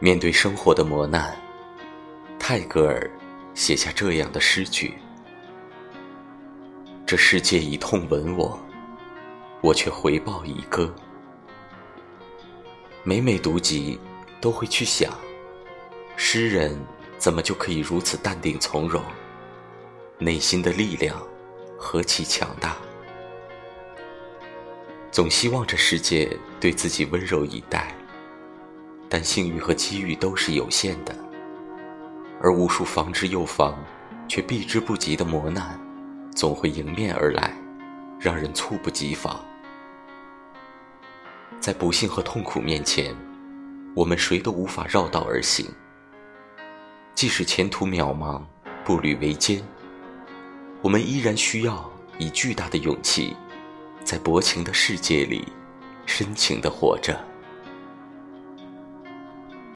面对生活的磨难，泰戈尔写下这样的诗句：这世界以痛吻我，我却回报以歌。每每读及，都会去想，诗人怎么就可以如此淡定从容，内心的力量何其强大。总希望这世界对自己温柔以待，但幸运和机遇都是有限的，而无数防之又防却避之不及的磨难总会迎面而来，让人猝不及防。在不幸和痛苦面前，我们谁都无法绕道而行，即使前途渺茫，步履维艰，我们依然需要以巨大的勇气，在薄情的世界里深情地活着。